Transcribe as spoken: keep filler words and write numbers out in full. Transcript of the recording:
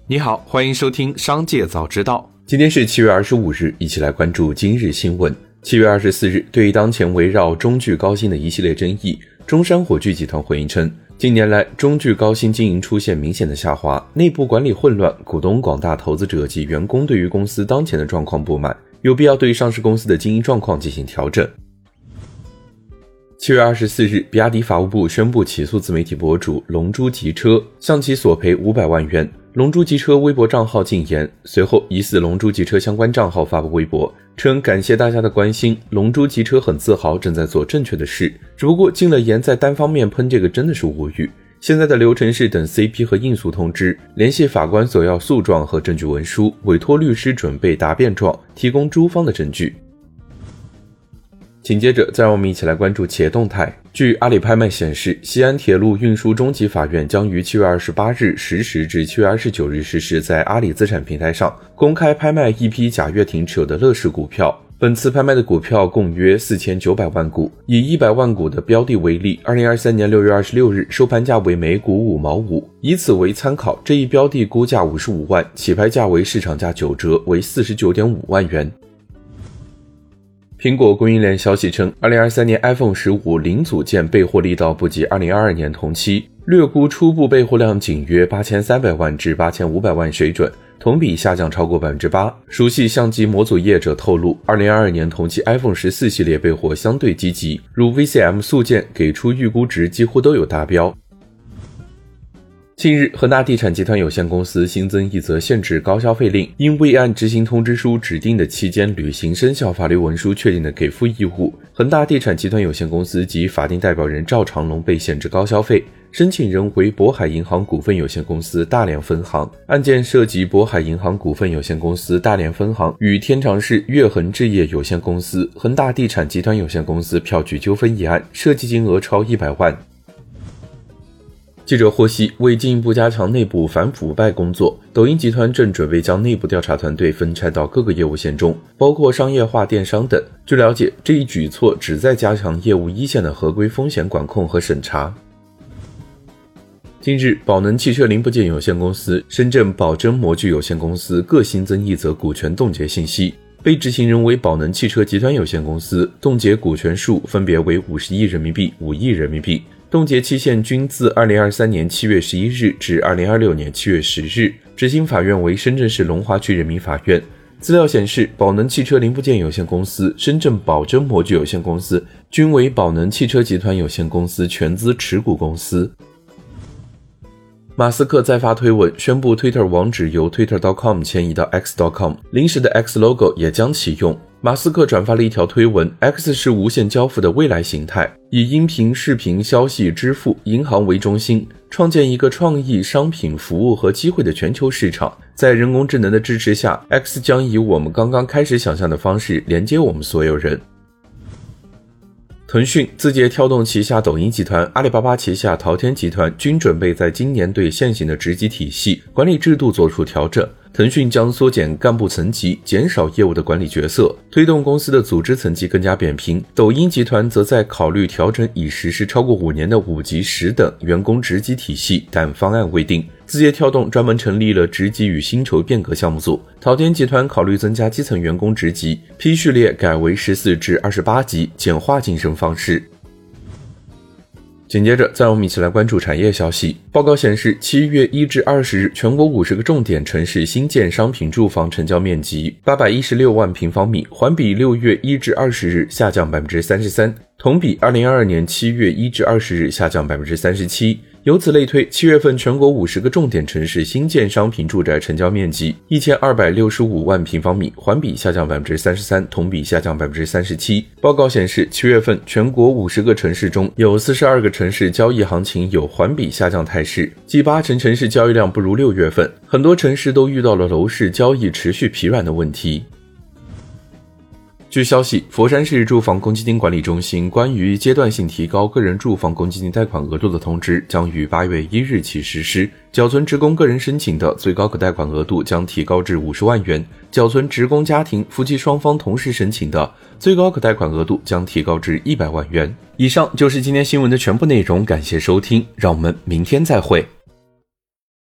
你好，欢迎收听商界早知道。 今天是七月二十五日，一起来关注今日新闻。七月二十四日，对于当前围绕中聚高新的一系列争议，中山火炬集团回应称，近年来中聚高新经营出现明显的下滑，内部管理混乱，股东、广大投资者及员工对于公司当前的状况不满，有必要对上市公司的经营状况进行调整。七月二十四日，比亚迪法务部宣布起诉自媒体博主龙珠极车，向其索赔五百万元。龙珠极车微博账号禁言，随后疑似龙珠极车相关账号发布微博，称感谢大家的关心，龙珠极车很自豪正在做正确的事，只不过禁了言在单方面喷这个真的是无语。现在的流程是等 C P 和应诉通知，联系法官索要诉状和证据文书，委托律师准备答辩状，提供诸方的证据。紧接着再让我们一起来关注企业动态。据阿里拍卖显示，西安铁路运输中级法院将于七月二十八日十时至七月二十九日实施在阿里资产平台上公开拍卖一批贾跃亭持有的乐视股票。本次拍卖的股票共约四千九百万股，以一百万股的标的为例，二零二三年六月二十六日收盘价为每股五毛五，以此为参考，这一标的估价五十五万，起拍价为市场价九折，为 四十九点五万元。苹果供应链消息称，二零二三年 iPhone 十五零组件备货力道不及二零二二年同期，略估初步备货量仅约八千三百万至八千五百万水准，同比下降超过 百分之八。 熟悉相机模组业者透露，二零二二年同期 iPhone 十四系列备货相对积极，如 V C M 速件给出预估值几乎都有达标。近日，恒大地产集团有限公司新增一则限制高消费令，因未按执行通知书指定的期间履行生效法律文书确定的给付义务，恒大地产集团有限公司及法定代表人赵长龙被限制高消费，申请人为渤海银行股份有限公司大连分行。案件涉及渤海银行股份有限公司大连分行与天长市粤恒置业有限公司、恒大地产集团有限公司票据纠纷一案，涉及金额超一百万。记者获悉，为进一步加强内部反腐败工作，抖音集团正准备将内部调查团队分拆到各个业务线中，包括商业化电商等。据了解，这一举措旨在加强业务一线的合规风险管控和审查。近日，宝能汽车零部件有限公司、深圳宝臻模具有限公司各新增一则股权冻结信息，被执行人为宝能汽车集团有限公司，冻结股权数分别为五十亿人民币、五亿人民币。冻结期限均自二零二三年七月十一日至二零二六年七月十日，执行法院为深圳市龙华区人民法院。资料显示，宝能汽车零部件有限公司、深圳宝臻模具有限公司均为宝能汽车集团有限公司全资持股公司。马斯克再发推文宣布 Twitter 网址由 twitter 点 com 迁移到 x 点 com， 临时的 X logo 也将启用。马斯克转发了一条推文， X 是无线交付的未来形态，以音频、视频、消息、支付、银行为中心，创建一个创意、商品、服务和机会的全球市场。在人工智能的支持下， X 将以我们刚刚开始想象的方式连接我们所有人。腾讯、字节跳动旗下抖音集团、阿里巴巴旗下淘天集团均准备在今年对现行的职级体系、管理制度做出调整。腾讯将缩减干部层级，减少业务的管理角色，推动公司的组织层级更加扁平。抖音集团则在考虑调整已实施超过五年的五级十等员工职级体系，但方案未定。字节跳动专门成立了职级与薪酬变革项目组，淘天集团考虑增加基层员工职级，批序列改为十四至二十八级，简化晋升方式。紧接着再让我们一起来关注产业消息。报告显示，七月一至二十日，全国五十个重点城市新建商品住房成交面积八百一十六万平方米，环比六月一至二十日下降 百分之三十三， 同比二零二二年七月一至二十日下降 百分之三十七。由此类推，七月份全国五十个重点城市新建商品住宅成交面积一千二百六十五万平方米，环比下降 百分之三十三， 同比下降 百分之三十七。报告显示，七月份全国五十个城市中有四十二个城市交易行情有环比下降态势，即八成城市交易量不如六月份，很多城市都遇到了楼市交易持续疲软的问题。据消息，佛山市住房公积金管理中心关于阶段性提高个人住房公积金贷款额度的通知将于八月一日起实施，缴存职工个人申请的最高可贷款额度将提高至五十万元，缴存职工家庭夫妻双方同时申请的最高可贷款额度将提高至一百万元。以上就是今天新闻的全部内容，感谢收听，让我们明天再会。